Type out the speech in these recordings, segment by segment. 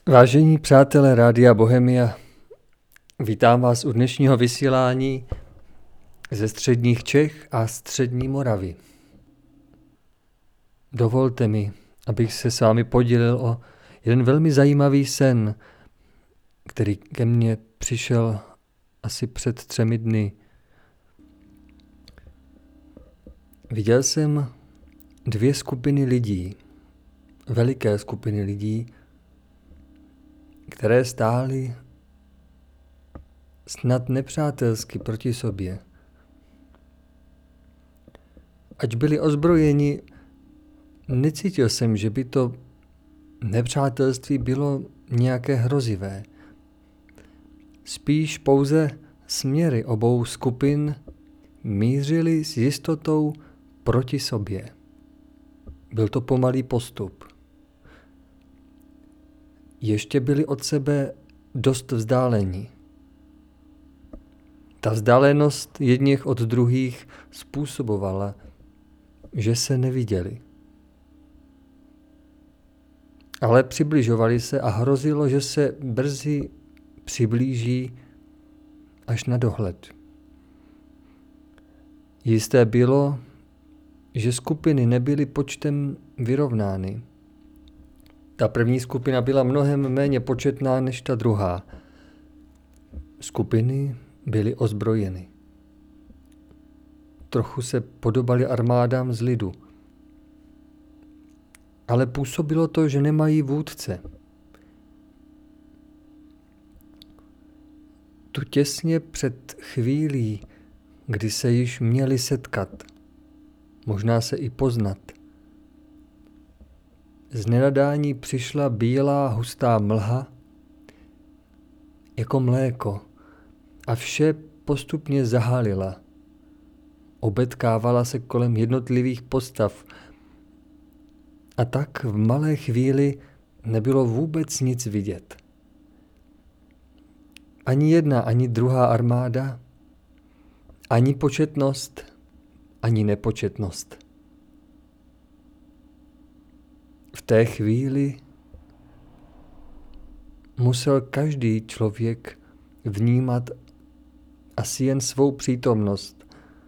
Vážení přátelé Rádia Bohemia, vítám vás u dnešního vysílání ze středních Čech a střední Moravy. Dovolte mi, abych se s vámi podělil o jeden velmi zajímavý sen, který ke mně přišel asi před 3 dny. Viděl jsem 2 skupiny lidí, veliké skupiny lidí, které stály snad nepřátelsky proti sobě. Ač byli ozbrojeni, necítil jsem, že by to nepřátelství bylo nějaké hrozivé. Spíš pouze směry obou skupin mířily s jistotou proti sobě. Byl to pomalý postup. Ještě byli od sebe dost vzdáleni. Ta vzdálenost jedněch od druhých způsobovala, že se neviděli. Ale přibližovali se a hrozilo, že se brzy přiblíží až na dohled. Jisté bylo, že skupiny nebyly počtem vyrovnány. Ta první skupina byla mnohem méně početná než ta druhá. Skupiny byly ozbrojeny. Trochu se podobaly armádám z lidu. Ale působilo to, že nemají vůdce. Tu těsně před chvílí, kdy se již měli setkat, možná se i poznat, z nenadání přišla bílá hustá mlha jako mléko a vše postupně zahalila. Obetkávala se kolem jednotlivých postav a tak v malé chvíli nebylo vůbec nic vidět. Ani jedna, ani druhá armáda, ani početnost, ani nepočetnost. V té chvíli musel každý člověk vnímat asi jen svou přítomnost.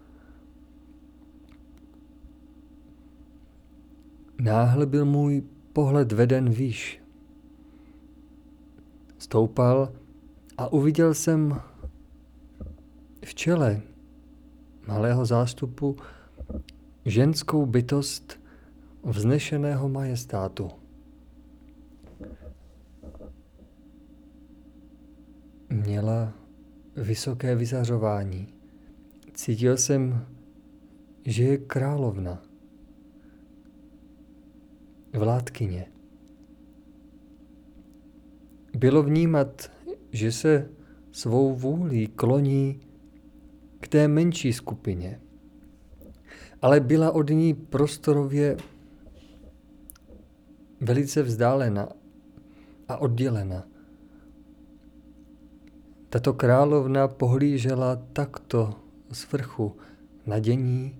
Náhle byl můj pohled veden výš. Stoupal a uviděl jsem v čele malého zástupu ženskou bytost vznešeného majestátu. Měla vysoké vyzařování. Cítil jsem, že je královna, vládkyně. Bylo vnímat, že se svou vůlí kloní k té menší skupině, ale byla od ní prostorově velice vzdálena a oddělena. Tato královna pohlížela takto z vrchu na dění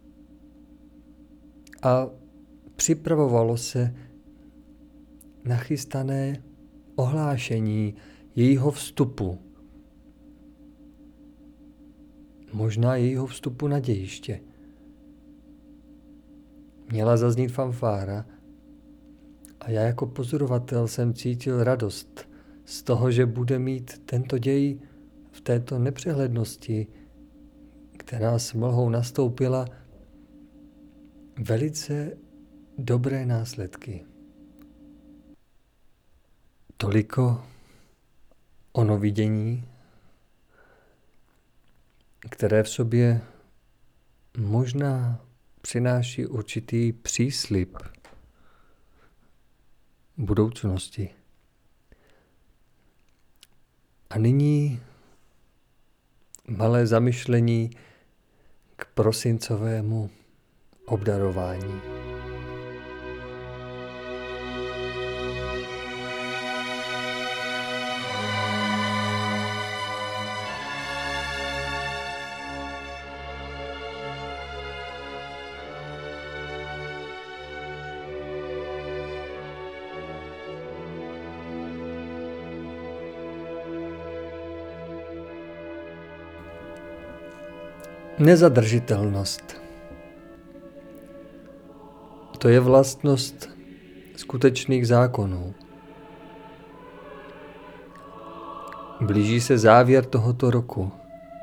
a připravovalo se nachystané ohlášení jejího vstupu. Možná jejího vstupu na dějiště. Měla zaznít fanfára a já jako pozorovatel jsem cítil radost z toho, že bude mít tento děj v této nepřehlednosti, která s mlhou nastoupila, velice dobré následky. Toliko ono vidění, které v sobě možná přináší určitý příslib budoucnosti. A nyní malé zamyšlení k prosincovému obdarování. Nezadržitelnost. To je vlastnost skutečných zákonů. Blíží se závěr tohoto roku.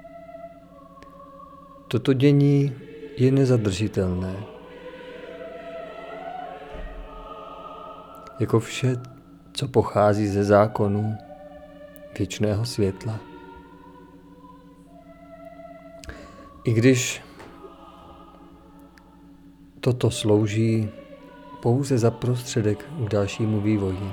Toto dění je nezadržitelné. Jako vše, co pochází ze zákonů věčného světla. I když toto slouží pouze za prostředek k dalšímu vývoji.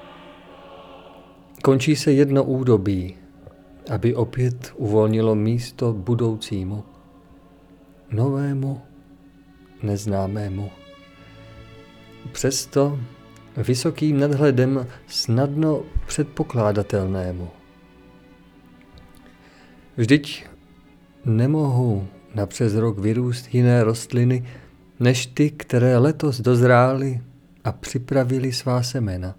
Končí se jedno údobí, aby opět uvolnilo místo budoucímu, novému, neznámému. Přesto vysokým nadhledem snadno předpokládatelnému. Vždyť nemohou napřes rok vyrůst jiné rostliny, než ty, které letos dozrály a připravili svá semena.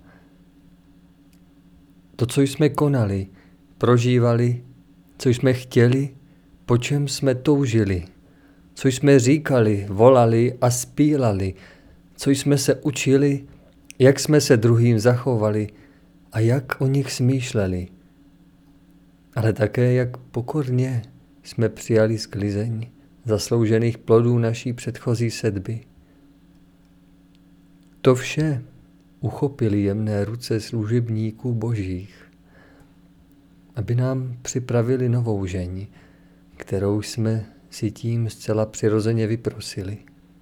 To, co jsme konali, prožívali, co jsme chtěli, po čem jsme toužili, co jsme říkali, volali a zpívali, co jsme se učili, jak jsme se druhým zachovali a jak o nich smýšleli, ale také jak pokorně jsme přijali sklizeň zasloužených plodů naší předchozí sedby. To vše uchopili jemné ruce služebníků božích, aby nám připravili novou žeň, kterou jsme si tím zcela přirozeně vyprosili.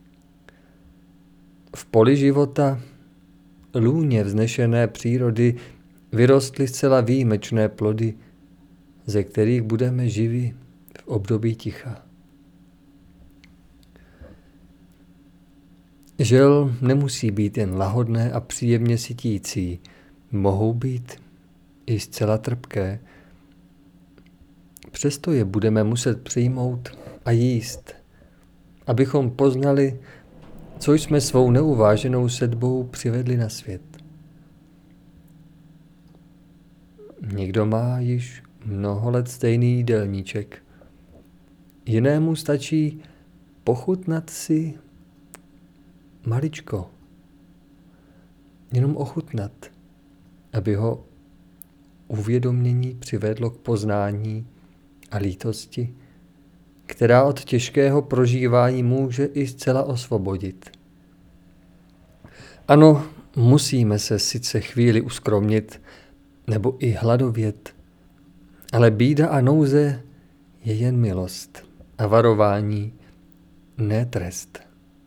V poli života lůně vznešené přírody vyrostly zcela výjimečné plody, ze kterých budeme živi v období ticha. Žel nemusí být jen lahodné a příjemně sytící, mohou být i zcela trpké. Přesto je budeme muset přijmout a jíst, abychom poznali, co jsme svou neuváženou sedbou přivedli na svět. Někdo má již mnoho let stejný jídelníček. Jinému stačí pochutnat si maličko. Jenom ochutnat, aby ho uvědomění přivedlo k poznání a lítosti, která od těžkého prožívání může i zcela osvobodit. Ano, musíme se sice chvíli uskromnit nebo i hladovět, ale bída a nouze je jen milost a varování, ne trest.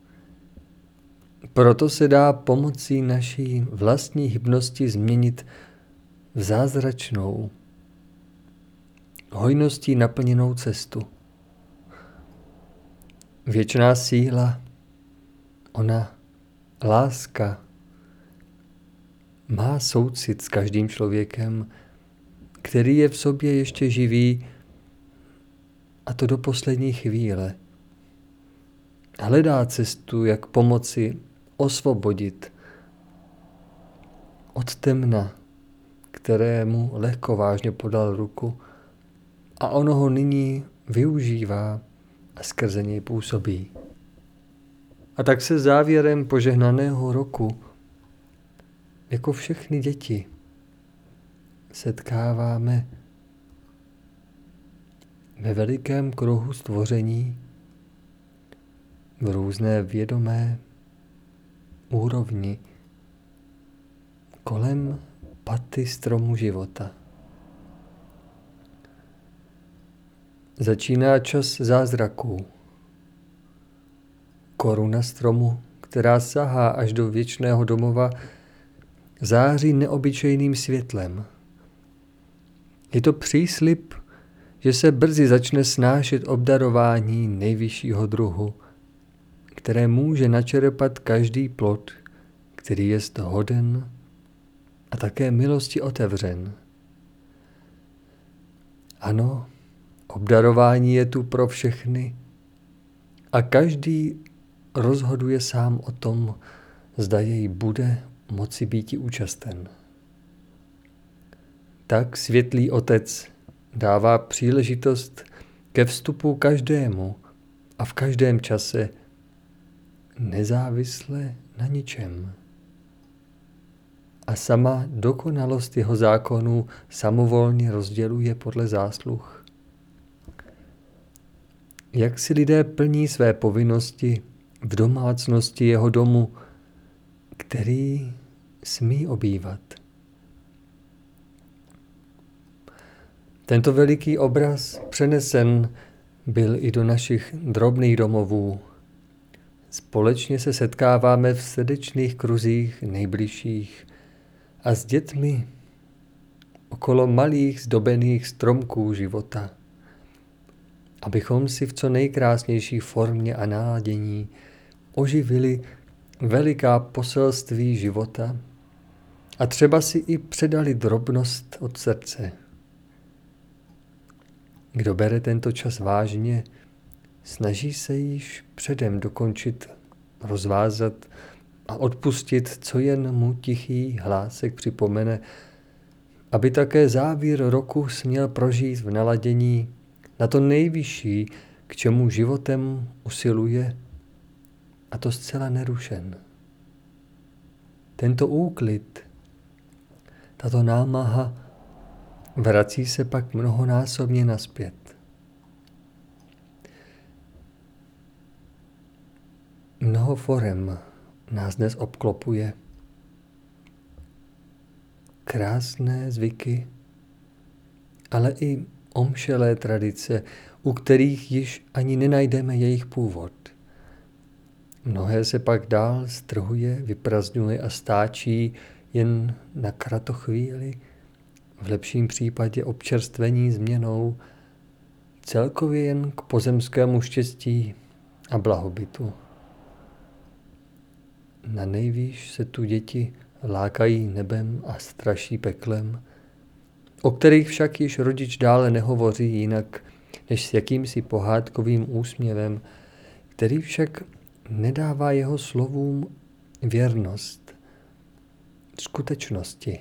Proto se dá pomocí naší vlastní hybnosti změnit v zázračnou, hojností naplněnou cestu. Věčná síla, ona láska, má soucit s každým člověkem, který je v sobě ještě živý, a to do poslední chvíle. Hledá cestu, jak pomoci osvobodit od temna, kterému lehkovážně podal ruku, a ono ho nyní využívá a skrze něj působí. A tak se závěrem požehnaného roku, jako všechny děti, setkáváme ve velikém kruhu stvoření v různé vědomé úrovni kolem paty stromu života. Začíná čas zázraků. Koruna stromu, která sahá až do věčného domova, září neobyčejným světlem. Je to příslib, že se brzy začne snášet obdarování nejvyššího druhu, které může načerpat každý plod, který je hoden a také milosti otevřen. Ano, obdarování je tu pro všechny a každý rozhoduje sám o tom, zda jej bude moci býti účasten. Tak světlý Otec dává příležitost ke vstupu každému, a v každém čase, nezávisle na ničem. A sama dokonalost jeho zákonů samovolně rozděluje podle zásluh. Jak si lidé plní své povinnosti v domácnosti jeho domu, který smí obývat. Tento veliký obraz přenesen byl i do našich drobných domovů. Společně se setkáváme v srdečných kruzích nejbližších a s dětmi okolo malých zdobených stromků života, abychom si v co nejkrásnější formě a náladění oživili veliká poselství života a třeba si i předali drobnost od srdce. Kdo bere tento čas vážně, snaží se již předem dokončit, rozvázat a odpustit, co jen mu tichý hlásek připomene, aby také závěr roku směl prožít v naladění na to nejvyšší, k čemu životem usiluje, a to zcela nerušen. Tento úklid, tato námaha vrací se pak mnohonásobně nazpět. Mnoho forem nás dnes obklopuje. Krásné zvyky, ale i omšelé tradice, u kterých již ani nenajdeme jejich původ. Mnohé se pak dál strhuje, vyprazdňuje a stáčí jen na kratochvíli, v lepším případě občerstvení změnou, celkově jen k pozemskému štěstí a blahobytu. Na nejvýš se tu děti lákají nebem a straší peklem, o kterých však již rodič dále nehovoří jinak, než s jakýmsi pohádkovým úsměvem, který však nedává jeho slovům věrnost, skutečnosti.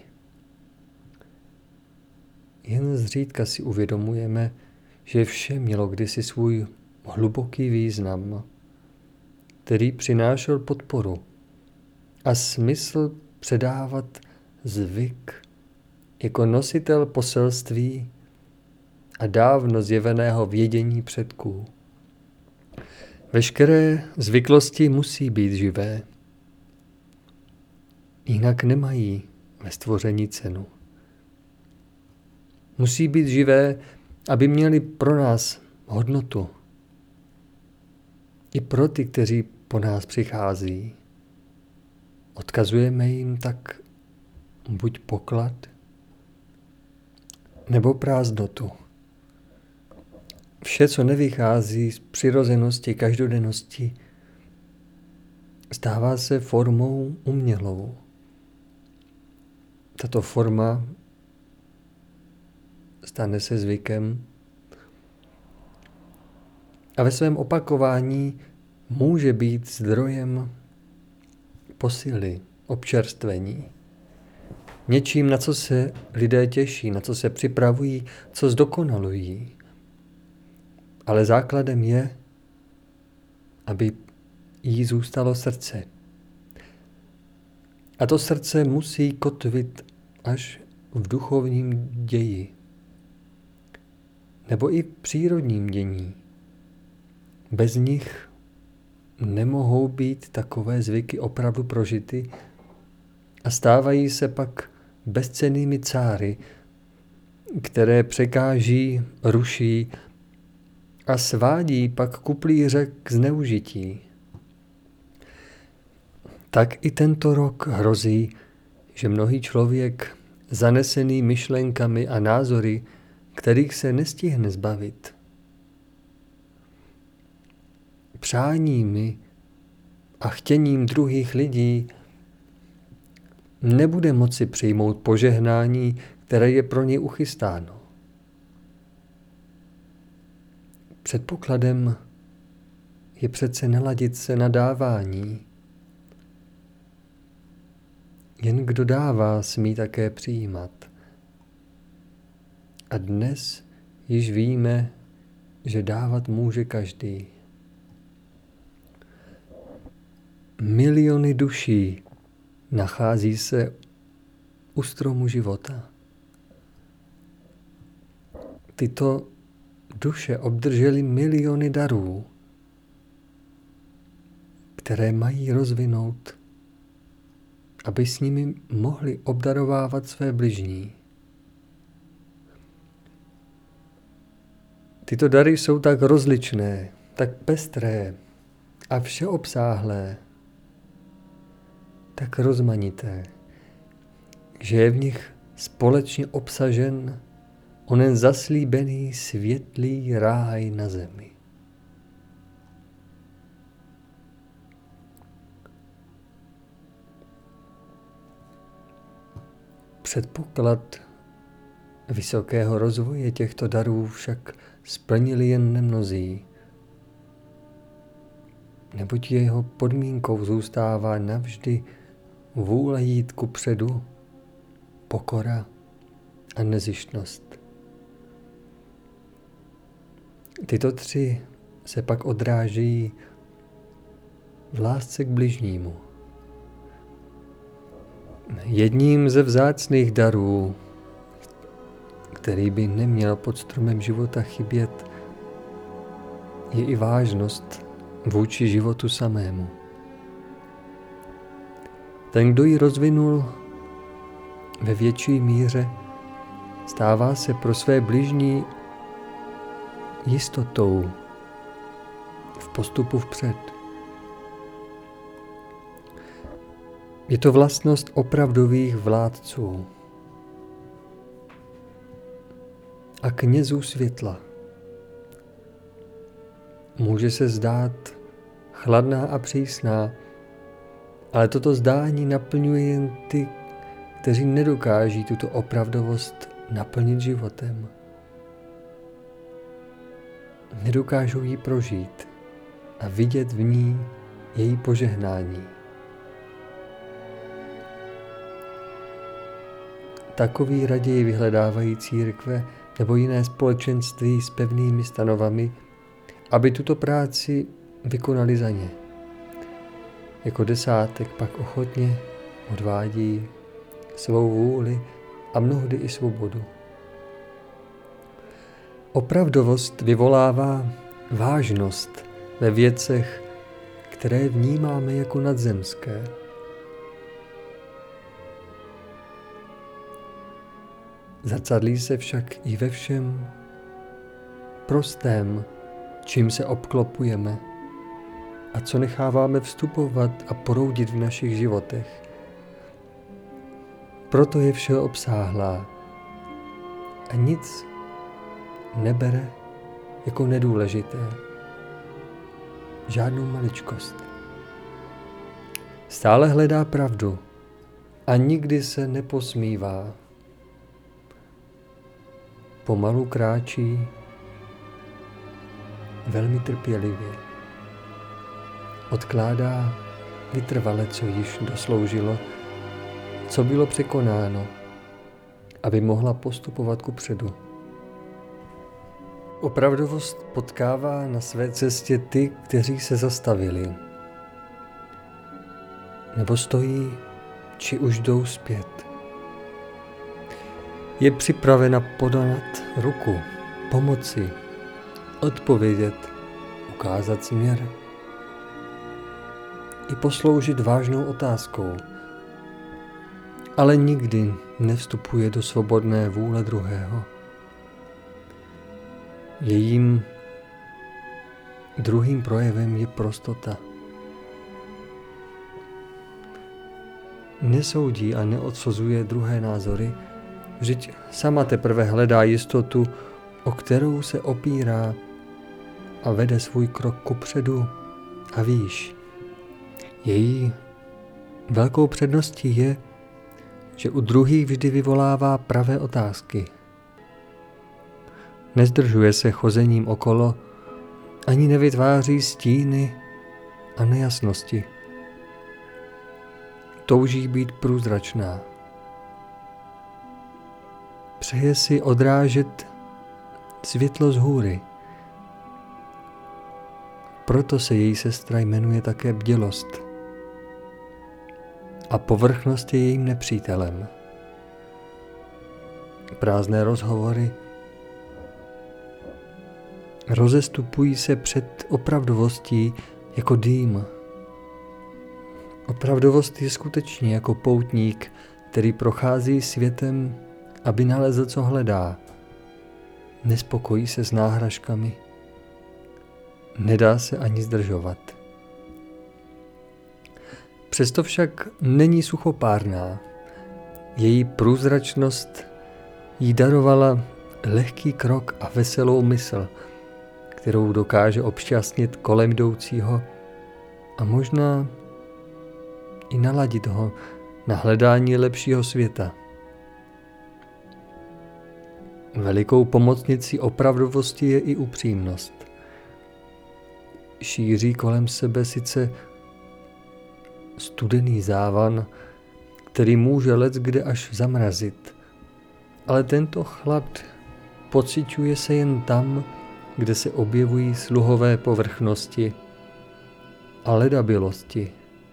Jen zřídka si uvědomujeme, že vše mělo kdysi svůj hluboký význam, který přinášel podporu a smysl předávat zvyk jako nositel poselství a dávno zjeveného vědění předků. Veškeré zvyklosti musí být živé, jinak nemají ve stvoření cenu. Musí být živé, aby měli pro nás hodnotu. I pro ty, kteří po nás přichází. Odkazujeme jim tak buď poklad, nebo prázdnotu. Vše, co nevychází z přirozenosti každodennosti, stává se formou umělou. Tato forma stane se zvykem a ve svém opakování může být zdrojem posily, občerstvení. Něčím, na co se lidé těší, na co se připravují, co zdokonalují. Ale základem je, aby jí zůstalo srdce. A to srdce musí kotvit až v duchovním ději, nebo i v přírodním dění. Bez nich nemohou být takové zvyky opravdu prožity a stávají se pak bezcennými cáry, které překáží, ruší a svádí pak kuplíře k zneužití. Tak i tento rok hrozí, že mnohý člověk zanesený myšlenkami a názory, kterých se nestihne zbavit, přáními a chtěním druhých lidí nebude moci přijmout požehnání, které je pro ně uchystáno. Předpokladem je přece naladit se na dávání. Jen kdo dává, smí také přijímat. A dnes již víme, že dávat může každý. miliony duší nachází se u stromu života. Tyto duše obdržely miliony darů, které mají rozvinout, aby s nimi mohli obdarovávat své bližní. Tyto dary jsou tak rozličné, tak pestré a všeobsáhlé, tak rozmanité, že je v nich společně obsažen onen zaslíbený světlý ráj na zemi. Předpoklad vysokého rozvoje těchto darů však splnili jen nemnozí, neboť jeho podmínkou zůstává navždy vůle jít kupředu, pokora a nezištnost. Tyto tři se pak odrážejí v lásce k bližnímu. Jedním ze vzácných darů, který by neměl pod stromem života chybět, je i vážnost vůči životu samému. Ten, kdo ji rozvinul ve větší míře, stává se pro své bližní jistotou v postupu vpřed. Je to vlastnost opravdových vládců a knězů světla. Může se zdát chladná a přísná, ale toto zdání naplňuje jen ty, kteří nedokáží tuto opravdovost naplnit životem. Nedokážou ji prožít a vidět v ní její požehnání. Takoví raději vyhledávají církve nebo jiné společenství s pevnými stanovami, aby tuto práci vykonali za ně. Jako desátek pak ochotně odvádí svou vůli a mnohdy i svobodu. Opravdovost vyvolává vážnost ve věcech, které vnímáme jako nadzemské. Zrcadlí se však i ve všem prostém, čím se obklopujeme a co necháváme vstupovat a proudit v našich životech. Proto je všeobsáhlá a nic nebere jako nedůležité, žádnou maličkost. Stále hledá pravdu a nikdy se neposmívá. Pomalu kráčí velmi trpělivě. Odkládá vytrvale, co již dosloužilo, co bylo překonáno, aby mohla postupovat kupředu. Opravdovost potkává na své cestě ty, kteří se zastavili, nebo stojí, či už jdou zpět. Je připravena podat ruku, pomoci, odpovědět, ukázat směr i posloužit vážnou otázkou, ale nikdy nevstupuje do svobodné vůle druhého. Jejím druhým projevem je prostota. Nesoudí a neodsuzuje druhé názory, vždyť sama teprve hledá jistotu, o kterou se opírá a vede svůj krok kupředu a výš. Její velkou předností je, že u druhých vždy vyvolává pravé otázky. Nezdržuje se chozením okolo, ani nevytváří stíny a nejasnosti. Touží být průzračná. Přeje si odrážet světlo z hůry. Proto se její sestra jmenuje také bdělost, a povrchnost je jejím nepřítelem. Prázdné rozhovory rozestupují se před opravdovostí jako dým. Opravdovost je skutečně jako poutník, který prochází světem, aby nalezl, co hledá. Nespokojí se s náhražkami. Nedá se ani zdržovat. Přesto však není suchopárná. Její průzračnost jí darovala lehký krok a veselou mysl, kterou dokáže obšťastnit kolem jdoucího a možná i naladit ho na hledání lepšího světa. Velikou pomocnicí opravdovosti je i upřímnost. Šíří kolem sebe sice studený závan, který může leckde až zamrazit, ale tento chlad pociťuje se jen tam, kde se objevují sluhové povrchnosti a ledabilosti.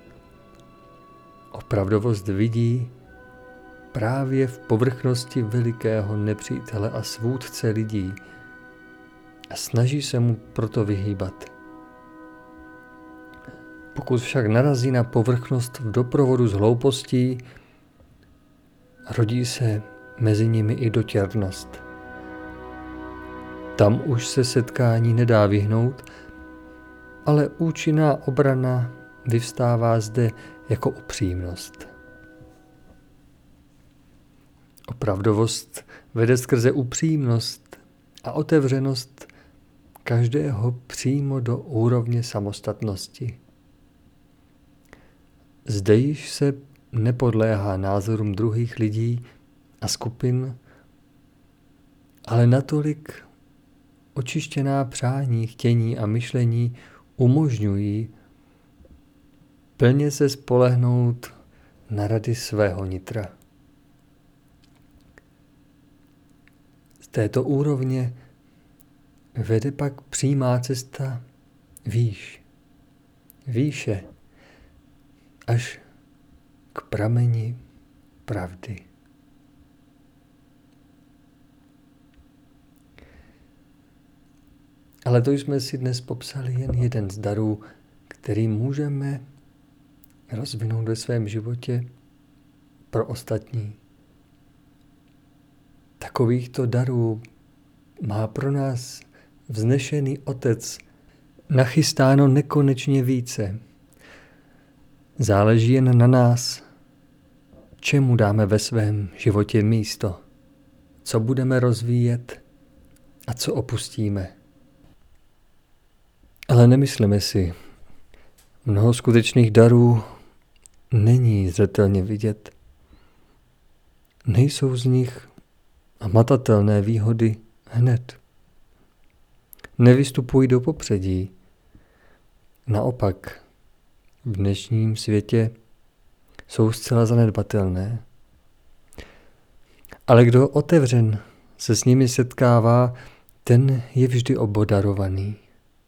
Opravdovost vidí právě v povrchnosti velikého nepřítele a svůdce lidí a snaží se mu proto vyhýbat. Pokud však narazí na povrchnost v doprovodu s hloupostí, rodí se mezi nimi i dotěrnost. Tam už se setkání nedá vyhnout, ale účinná obrana vyvstává zde jako upřímnost. Opravdovost vede skrze upřímnost a otevřenost každého přímo do úrovně samostatnosti. Zde již se nepodléhá názorům druhých lidí a skupin, ale natolik očištěná přání, chtění a myšlení umožňují plně se spolehnout na rady svého nitra. Z této úrovně vede pak přímá cesta výše, až k prameni pravdy. Ale to jsme si dnes popsali jen jeden z darů, který můžeme rozvinout ve svém životě pro ostatní. Takovýchto darů má pro nás vznešený Otec nachystáno nekonečně více. Záleží jen na nás, čemu dáme ve svém životě místo, co budeme rozvíjet a co opustíme. Ale nemyslíme si, mnoho skutečných darů není zřetelně vidět. Nejsou z nich hmatatelné výhody hned. Nevystupují do popředí. Naopak, v dnešním světě jsou zcela zanedbatelné. Ale kdo otevřen se s nimi setkává, ten je vždy obdarovaný.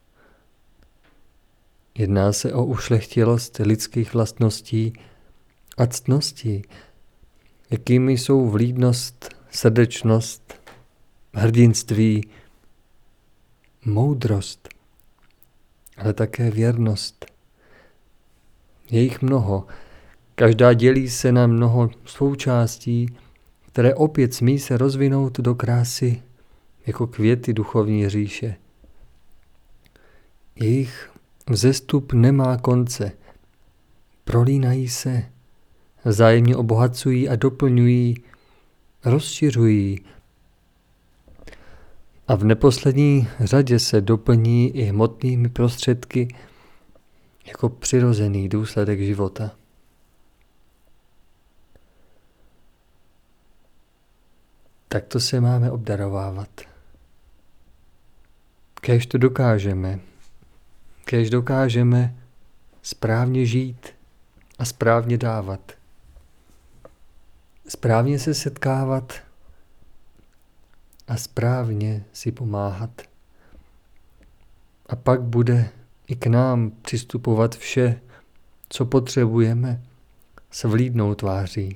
Jedná se o ušlechtilost lidských vlastností a ctností, jakými jsou vlídnost, srdečnost, hrdinství, moudrost, ale také věrnost. Je jich mnoho, každá dělí se na mnoho součástí, které opět smí se rozvinout do krásy jako květy duchovní říše. Jejich vzestup nemá konce, prolínají se, vzájemně obohacují a doplňují, rozšiřují a v neposlední řadě se doplní i hmotnými prostředky jako přirozený důsledek života. Takto se máme obdarovávat. Kéž to dokážeme, kéž dokážeme správně žít a správně dávat. Správně se setkávat a správně si pomáhat. A pak bude i k nám přistupovat vše, co potřebujeme s vlídnou tváří.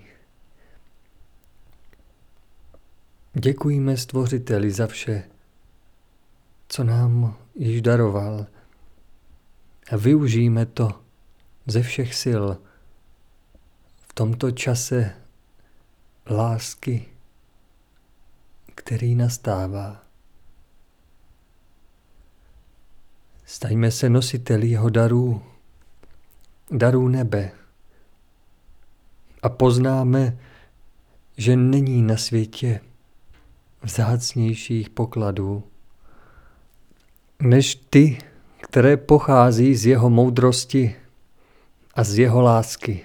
Děkujeme Stvořiteli za vše, co nám již daroval, a využijeme to ze všech sil v tomto čase lásky, který nastává. Staňme se nositeli jeho darů nebe, a poznáme, že není na světě vzácnějších pokladů než ty, které pochází z jeho moudrosti a z jeho lásky.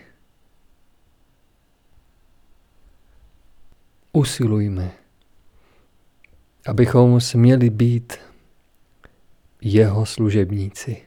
Usilujme, abychom směli být jeho služebníci.